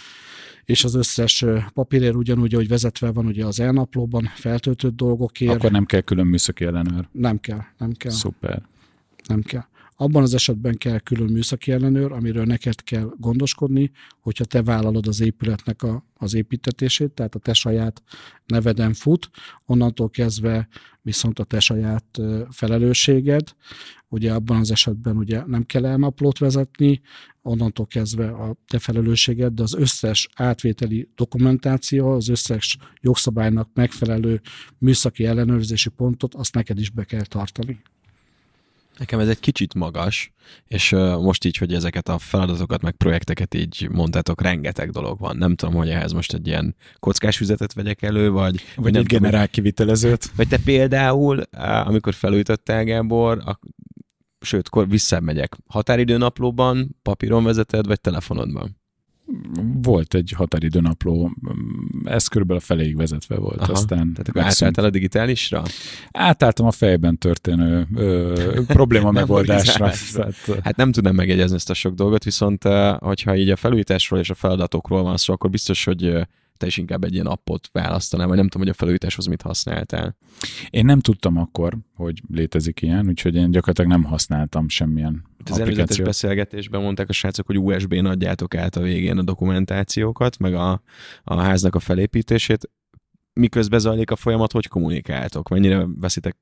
és az összes papírért ugyanúgy, ahogy vezetve van ugye az elnaplóban feltöltött dolgokért. Akkor nem kell külön műszaki ellenőr? Nem kell. Szuper. Nem kell. Abban az esetben kell külön műszaki ellenőr, amiről neked kell gondoskodni, hogyha te vállalod az épületnek az építtetését, tehát a te saját neveden fut, onnantól kezdve viszont a te saját felelősséged. Ugye abban az esetben ugye nem kell elnaplót vezetni, onnantól kezdve a te felelősséged, de az összes átvételi dokumentáció, az összes jogszabálynak megfelelő műszaki ellenőrzési pontot, azt neked is be kell tartani. Nekem ez egy kicsit magas, és most így, hogy ezeket a feladatokat, meg projekteket így mondtátok, rengeteg dolog van. Nem tudom, hogy ehhez most egy ilyen kockás füzetet vegyek elő, vagy egy generálkivitelezőt. Vagy te például, amikor felújítottál, Gábor, sőt, visszamegyek, határidőnaplóban, papíron vezeted, vagy telefonodban? Volt egy határidőnapló, ez körülbelül a feléig vezetve volt. Aha, aztán tehát akkor átálltál a digitálisra? Átálltam a fejben történő probléma megoldásra. Hát nem tudnám megjegyezni ezt a sok dolgot, viszont hogyha így a felújításról és a feladatokról van szó, akkor biztos, hogy te is inkább egy ilyen appot választanál, vagy nem tudom, hogy a felújításhoz mit használtál. Én nem tudtam akkor, hogy létezik ilyen, úgyhogy én gyakorlatilag nem használtam semmilyen az előzetes beszélgetésben mondták a srácok, hogy USB-n adjátok át a végén a dokumentációkat, meg a háznak a felépítését. Miközben zajlik a folyamat, hogy kommunikáltok? Mennyire veszitek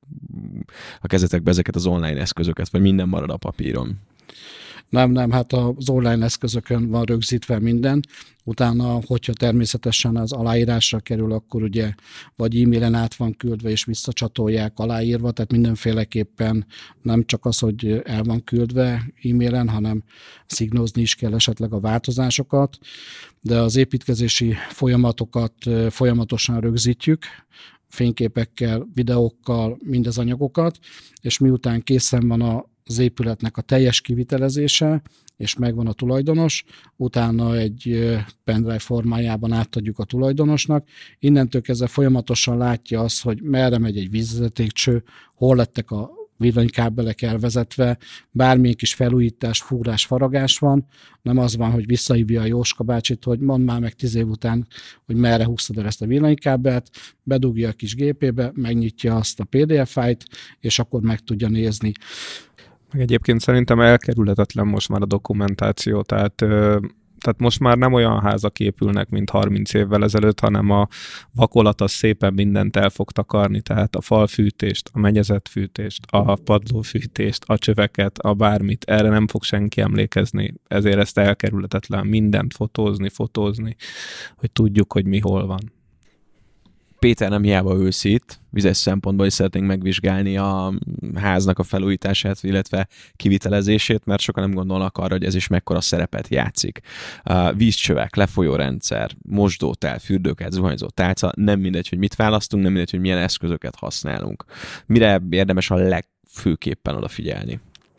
a kezetekbe ezeket az online eszközöket, vagy minden marad a papíron? Nem, hát az online eszközökön van rögzítve minden. Utána, hogyha természetesen az aláírásra kerül, akkor ugye vagy e-mailen át van küldve, és visszacsatolják aláírva, tehát mindenféleképpen nem csak az, hogy el van küldve e-mailen, hanem szignózni is kell esetleg a változásokat, de az építkezési folyamatokat folyamatosan rögzítjük, fényképekkel, videókkal, mindez anyagokat, és miután készen van az épületnek a teljes kivitelezése, és megvan a tulajdonos, utána egy pendrive formájában átadjuk a tulajdonosnak. Innentől kezdve folyamatosan látja azt, hogy merre megy egy vízvezetékcső, hol lettek a villanykábelek elvezetve, bármilyen kis felújítás, fúrás, faragás van, nem az van, hogy visszahívja a Jóska bácsit, hogy mondd már meg 10 év után, hogy merre húztad el ezt a villanykábelt, bedugja a kis gépébe, megnyitja azt a PDF-fájlt, és akkor meg tudja nézni. Meg egyébként szerintem elkerülhetetlen most már a dokumentáció, tehát most már nem olyan házak épülnek, mint 30 évvel ezelőtt, hanem a vakolat az szépen mindent el fog takarni, tehát a falfűtést, a mennyezetfűtést, a padlófűtést, a csöveket, a bármit, erre nem fog senki emlékezni, ezért ezt elkerülhetetlen mindent fotózni, hogy tudjuk, hogy mi hol van. Péter nem hiába őszít, vizes szempontból is szeretnénk megvizsgálni a háznak a felújítását, illetve kivitelezését, mert sokan nem gondolnak arra, hogy ez is mekkora szerepet játszik. Vízcsövek, lefolyórendszer, mosdótál, fürdőket, zuhanyzó tálca, nem mindegy, hogy mit választunk, nem mindegy, hogy milyen eszközöket használunk. Mire érdemes a legfőképpen odafigyelni?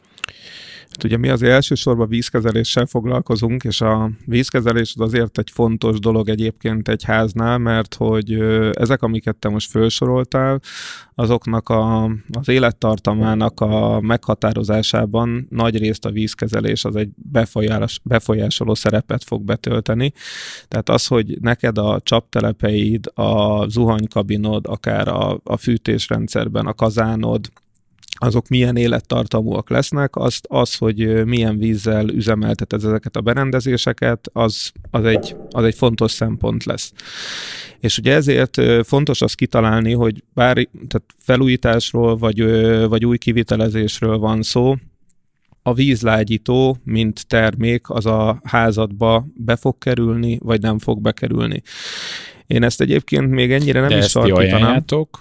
Ugye mi azért elsősorban vízkezeléssel foglalkozunk, és a vízkezelés az azért egy fontos dolog egyébként egy háznál, mert hogy ezek, amiket te most felsoroltál, azoknak az élettartamának a meghatározásában nagy részt a vízkezelés az egy befolyásoló szerepet fog betölteni. Tehát az, hogy neked a csaptelepeid, a zuhanykabinod, akár a fűtésrendszerben, a kazánod, azok milyen élettartamúak lesznek, hogy milyen vízzel üzemelteted ezeket a berendezéseket, az egy fontos szempont lesz. És ugye ezért fontos azt kitalálni, hogy tehát felújításról vagy új kivitelezésről van szó, a vízlágyító, mint termék, az a házadba be fog kerülni, vagy nem fog bekerülni. Én ezt egyébként még ennyire nem is tartítanám.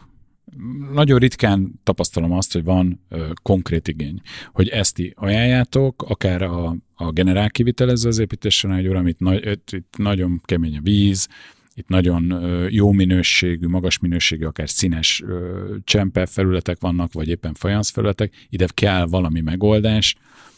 Nagyon ritkán tapasztalom azt, hogy van konkrét igény, hogy ezt ajánljátok, akár a generál kivitelező az építésen, hogy uram, itt nagyon kemény a víz, itt nagyon jó minőségű, magas minőségű, akár színes csempe felületek vannak, vagy éppen fajansz felületek, ide kell valami megoldás,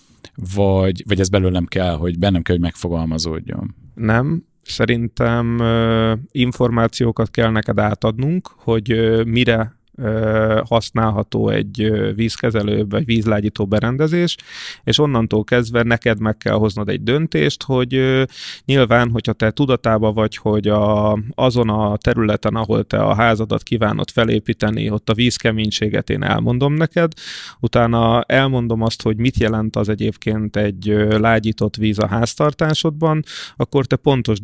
vagy ez belőlem kell, hogy bennem kell, hogy megfogalmazódjon. Nem. Szerintem információkat kell neked átadnunk, hogy mire használható egy vízkezelő vagy vízlágyító berendezés, és onnantól kezdve neked meg kell hoznod egy döntést, hogy nyilván, hogyha te tudatában vagy, hogy azon a területen, ahol te a házadat kívánod felépíteni, ott a vízkeménységet én elmondom neked, utána elmondom azt, hogy mit jelent az egyébként egy lágyított víz a háztartásodban, akkor te pontos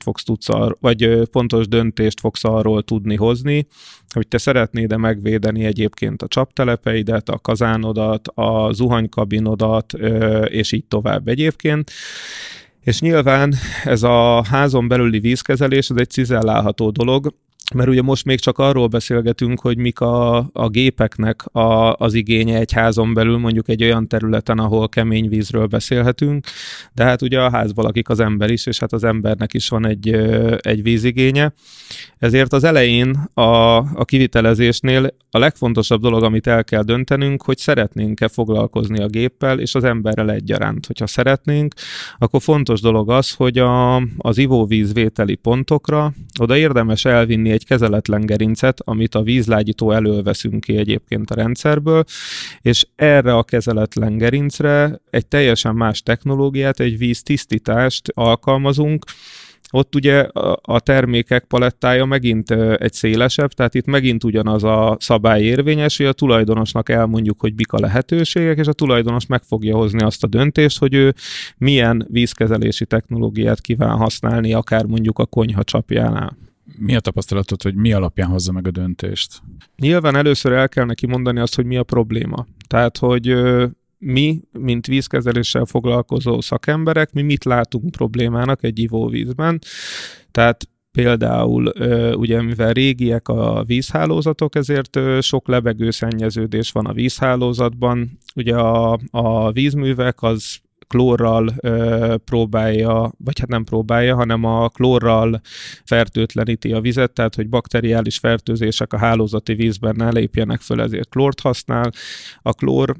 döntést fogsz arról tudni hozni, hogy te szeretnéd megvédeni egyébként a csaptelepeidet, a kazánodat, a zuhanykabinodat, és így tovább egyébként. És nyilván ez a házon belüli vízkezelés, ez egy cizellálható dolog, mert ugye most még csak arról beszélgetünk, hogy mik a gépeknek az igénye egy házon belül, mondjuk egy olyan területen, ahol kemény vízről beszélhetünk, de hát ugye a házban lakik az ember is, és hát az embernek is van egy vízigénye. Ezért az elején a kivitelezésnél a legfontosabb dolog, amit el kell döntenünk, hogy szeretnénk-e foglalkozni a géppel és az emberrel egyaránt. Hogyha szeretnénk, akkor fontos dolog az, hogy az ivóvízvételi pontokra oda érdemes elvinni egy kezeletlen gerincet, amit a vízlágyító elől veszünk ki egyébként a rendszerből, és erre a kezeletlen gerincre egy teljesen más technológiát, egy víztisztítást alkalmazunk. Ott ugye a termékek palettája megint egy szélesebb, tehát itt megint ugyanaz a szabály érvényes, hogy a tulajdonosnak elmondjuk, hogy mik a lehetőségek, és a tulajdonos meg fogja hozni azt a döntést, hogy ő milyen vízkezelési technológiát kíván használni, akár mondjuk a konyha csapjánál. Mi a tapasztalatod, hogy mi alapján hozza meg a döntést? Nyilván először el kell neki mondani azt, hogy mi a probléma. Tehát, hogy mi, mint vízkezeléssel foglalkozó szakemberek, mi mit látunk problémának egy ivóvízben. Tehát például, ugye mivel régiek a vízhálózatok, ezért sok lebegőszennyeződés van a vízhálózatban. Ugye a vízművek az klórral próbálja, vagy hát nem próbálja, hanem a klórral fertőtleníti a vizet, tehát hogy bakteriális fertőzések a hálózati vízben ne lépjenek föl, ezért klórt használ. A klór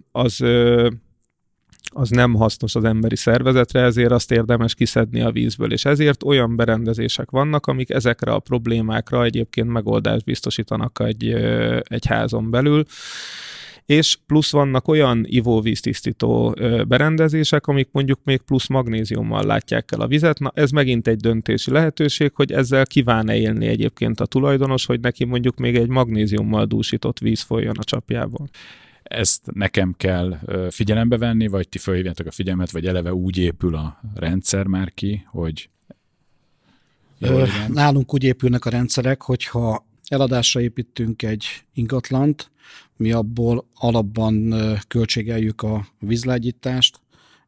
az nem hasznos az emberi szervezetre, ezért azt érdemes kiszedni a vízből, és ezért olyan berendezések vannak, amik ezekre a problémákra egyébként megoldást biztosítanak egy házon belül. És plusz vannak olyan ivóvíztisztító berendezések, amik mondjuk még plusz magnéziummal látják el a vizet. Na, ez megint egy döntési lehetőség, hogy ezzel kíván-e élni egyébként a tulajdonos, hogy neki mondjuk még egy magnéziummal dúsított víz folyjon a csapjából. Ezt nekem kell figyelembe venni, vagy ti felhívjátok a figyelmet, vagy eleve úgy épül a rendszer már ki, hogy... Nálunk úgy épülnek a rendszerek, hogyha eladásra építünk egy ingatlant, mi abból alapban költségeljük a vízlágyítást,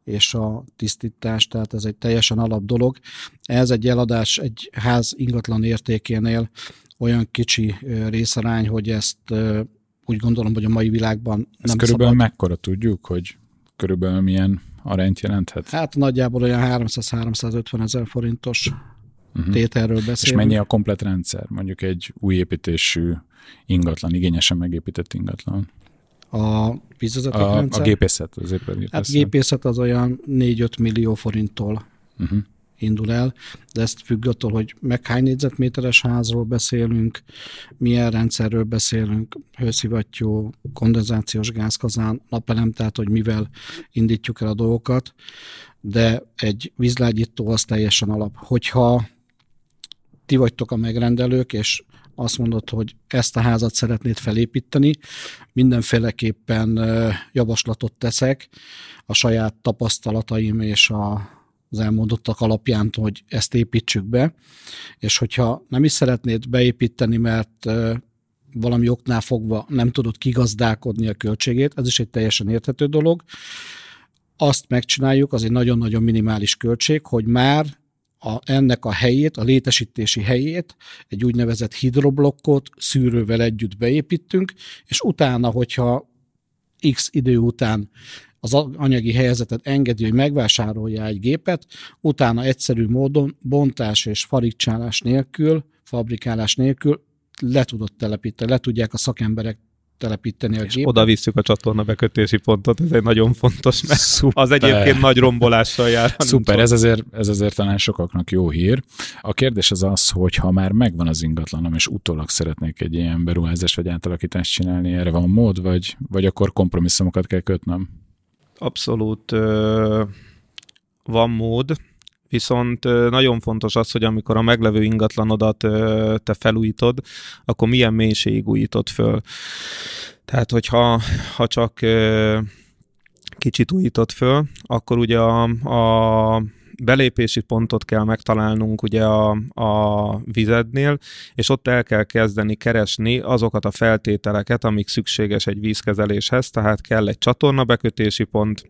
és a tisztítás, tehát ez egy teljesen alap dolog. Ez egy eladás egy ház ingatlan értékénél olyan kicsi részarány, hogy ezt úgy gondolom, hogy a mai világban nem szabad. Körülbelül mekkora tudjuk, hogy körülbelül milyen arányt jelenthet? Hát nagyjából olyan 300-350 ezer forintos tételről beszélünk. És mennyi a komplet rendszer? Mondjuk egy új építésű ingatlan, igényesen megépített ingatlan. A vízvezetékrendszer? A gépészet, az épületgépészet. Hát gépészet az olyan 4-5 millió forinttól indul el, de ezt függ attól, hogy meg hány négyzetméteres házról beszélünk, milyen rendszerről beszélünk, hőszivattyú, kondenzációs gázkazán, napelem, tehát hogy mivel indítjuk el a dolgokat, de egy vízlágyító az teljesen alap. Hogyha ti vagytok a megrendelők, és azt mondod, hogy ezt a házat szeretnéd felépíteni, mindenféleképpen javaslatot teszek a saját tapasztalataim és az elmondottak alapján, hogy ezt építsük be, és hogyha nem is szeretnéd beépíteni, mert valami oknál fogva nem tudod kigazdálkodni a költségét, ez is egy teljesen érthető dolog, azt megcsináljuk, az egy nagyon-nagyon minimális költség, hogy már ennek a helyét, a létesítési helyét, egy úgynevezett hidroblokkot szűrővel együtt beépítünk, és utána, hogyha X idő után az anyagi helyzetet engedi, hogy megvásárolja egy gépet, utána egyszerű módon bontás és farigcsálás nélkül, fabrikálás nélkül le tudod telepíteni, le tudják a szakemberek telepíteni a gépet. Oda visszük a csatorna bekötési pontot, ez egy nagyon fontos, mert Szuper. Az egyébként nagy rombolással jár. Szuper, ez azért talán sokaknak jó hír. A kérdés az, hogy ha már megvan az ingatlanom, és utólag szeretnék egy ilyen beruházást vagy átalakítást csinálni, erre van mód, vagy akkor kompromisszumokat kell kötnöm? Abszolút van mód, viszont nagyon fontos az, hogy amikor a meglevő ingatlanodat te felújítod, akkor milyen mélységig újítod föl. Tehát, hogyha csak kicsit újítod föl, akkor ugye a belépési pontot kell megtalálnunk ugye a vizednél, és ott el kell kezdeni keresni azokat a feltételeket, amik szükséges egy vízkezeléshez, tehát kell egy csatornabekötési pont,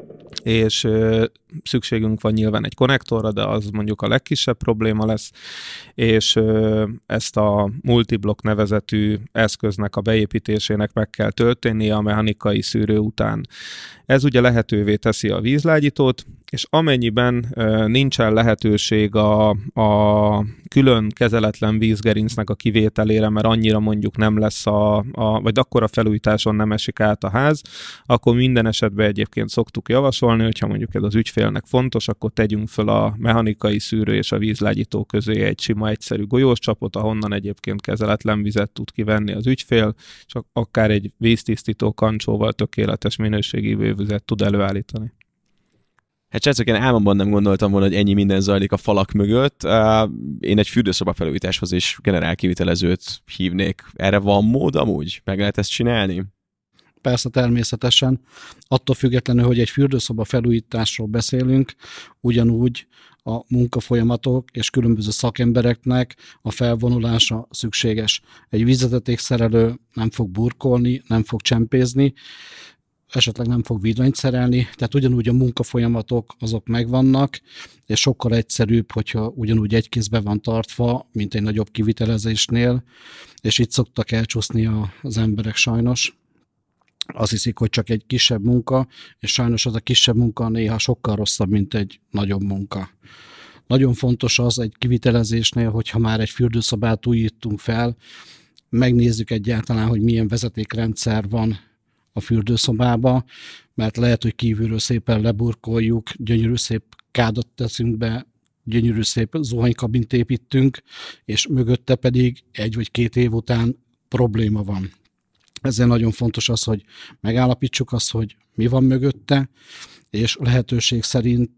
és szükségünk van nyilván egy konnektorra, de az mondjuk a legkisebb probléma lesz, és ezt a multiblokk nevezetű eszköznek a beépítésének meg kell történnie a mechanikai szűrő után. Ez ugye lehetővé teszi a vízlágyítót, és amennyiben nincsen lehetőség a külön kezeletlen vízgerincnek a kivételére, mert annyira mondjuk nem lesz vagy akkor a felújításon nem esik át a ház, akkor minden esetben egyébként szoktuk javasolni, hogyha mondjuk ez az ügyfélnek fontos, akkor tegyünk föl a mechanikai szűrő és a vízlágyító közé egy sima egyszerű golyóscsapot, ahonnan egyébként kezeletlen vizet tud kivenni az ügyfél, és akár egy víztisztító kancsóval tökéletes minőségi ivóvizet tud előállítani. Hát srácok, én álmomban nem gondoltam volna, hogy ennyi minden zajlik a falak mögött. Én egy fürdőszoba felújításhoz is generálkivitelezőt hívnék. Erre van mód amúgy? Meg lehet ezt csinálni? Persze, természetesen. Attól függetlenül, hogy egy fürdőszoba felújításról beszélünk, ugyanúgy a munkafolyamatok és különböző szakembereknek a felvonulása szükséges. Egy vízvezetékszerelő nem fog burkolni, nem fog csempézni, esetleg nem fog villanyt szerelni, tehát ugyanúgy a munkafolyamatok azok megvannak, és sokkal egyszerűbb, hogyha ugyanúgy egy kézbe van tartva, mint egy nagyobb kivitelezésnél, és itt szoktak elcsúszni az emberek sajnos. Azt hiszik, hogy csak egy kisebb munka, és sajnos az a kisebb munka néha sokkal rosszabb, mint egy nagyobb munka. Nagyon fontos az egy kivitelezésnél, hogyha már egy fürdőszobát újítunk fel, megnézzük egyáltalán, hogy milyen vezetékrendszer van a fürdőszobába, mert lehet, hogy kívülről szépen leburkoljuk, gyönyörű szép kádat teszünk be, gyönyörű szép zuhanykabint építünk, és mögötte pedig 1 vagy 2 év után probléma van. Ezzel nagyon fontos az, hogy megállapítsuk azt, hogy mi van mögötte, és lehetőség szerint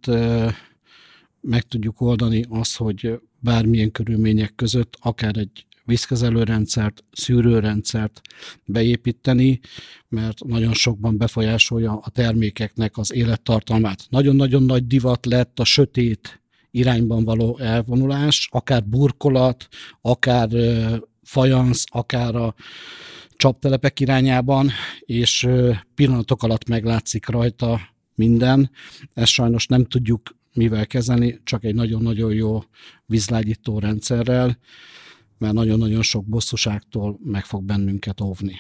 meg tudjuk oldani azt, hogy bármilyen körülmények között akár egy vízkezelőrendszert, szűrőrendszert beépíteni, mert nagyon sokban befolyásolja a termékeknek az élettartalmát. Nagyon-nagyon nagy divat lett a sötét irányban való elvonulás, akár burkolat, akár fajansz, akár a csaptelepek irányában, és pillanatok alatt meglátszik rajta, minden. Ezt sajnos nem tudjuk mivel kezelni, csak egy nagyon-nagyon jó vízlágyító rendszerrel, mert nagyon-nagyon sok bosszúságtól meg fog bennünket óvni.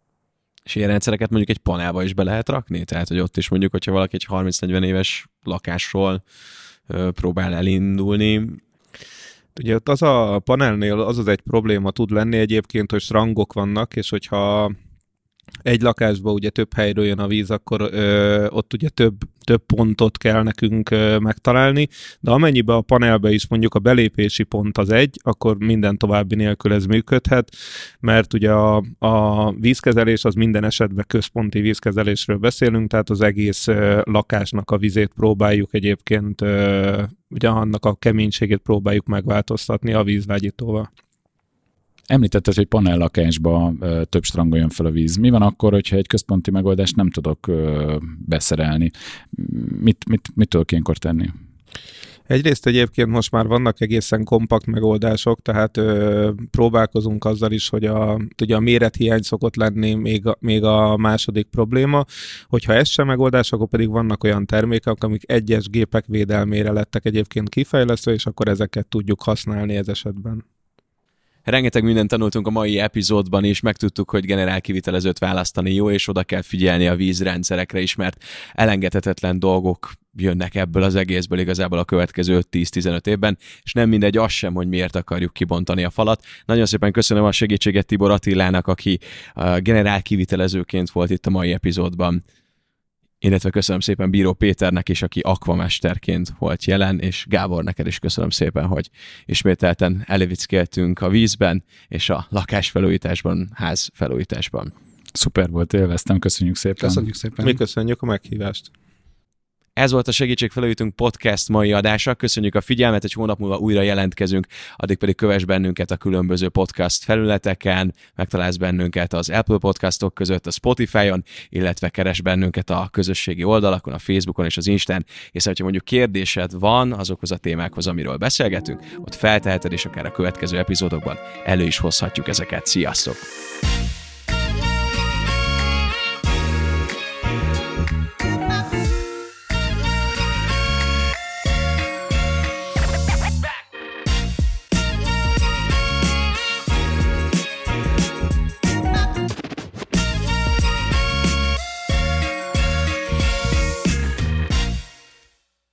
És ilyen rendszereket mondjuk egy panelba is be lehet rakni? Tehát, hogy ott is mondjuk, hogyha valaki egy 30-40 éves lakásról próbál elindulni. Ugye ott az a panelnél az egy probléma tud lenni egyébként, hogy strangok vannak, és hogyha egy lakásba ugye több helyről jön a víz, akkor ott ugye több pontot kell nekünk megtalálni, de amennyiben a panelbe is mondjuk a belépési pont az egy, akkor minden további nélkül ez működhet, mert ugye a vízkezelés az minden esetben központi vízkezelésről beszélünk, tehát az egész lakásnak a vizét próbáljuk egyébként, ugye annak a keménységét próbáljuk megváltoztatni a vízlágyítóval. Említetted, hogy panellakásba több strangol jön fel a víz. Mi van akkor, hogyha egy központi megoldást nem tudok beszerelni? Mit tudok ilyenkor tenni? Egyrészt egyébként most már vannak egészen kompakt megoldások, tehát próbálkozunk azzal is, hogy ugye a mérethiány szokott lenni még a második probléma. Hogyha ez sem megoldás, akkor pedig vannak olyan termékek, amik egyes gépek védelmére lettek egyébként kifejlesztve, és akkor ezeket tudjuk használni ez esetben. Rengeteg mindent tanultunk a mai epizódban is, megtudtuk, hogy generálkivitelezőt választani jó, és oda kell figyelni a vízrendszerekre is, mert elengedhetetlen dolgok jönnek ebből az egészből igazából a következő 5-10-15 évben, és nem mindegy az sem, hogy miért akarjuk kibontani a falat. Nagyon szépen köszönöm a segítséget Tibor Attilának, aki generálkivitelezőként volt itt a mai epizódban. Illetve köszönöm szépen Bíró Péternek is, aki akvamesterként volt jelen, és Gábor, neked is köszönöm szépen, hogy ismételten elevickeltünk a vízben, és a lakásfelújításban, házfelújításban. Szuper volt, élveztem, köszönjük szépen. Köszönjük szépen. Mi köszönjük a meghívást. Ez volt a Segítség Felújítunk podcast mai adása. Köszönjük a figyelmet, egy hónap múlva újra jelentkezünk, addig pedig kövess bennünket a különböző podcast felületeken, megtalálsz bennünket az Apple podcastok között, a Spotify-on, illetve keres bennünket a közösségi oldalakon, a Facebookon és az Instán, és ha mondjuk kérdésed van azokhoz a témákhoz, amiről beszélgetünk, ott felteheted, és akár a következő epizódokban elő is hozhatjuk ezeket. Sziasztok!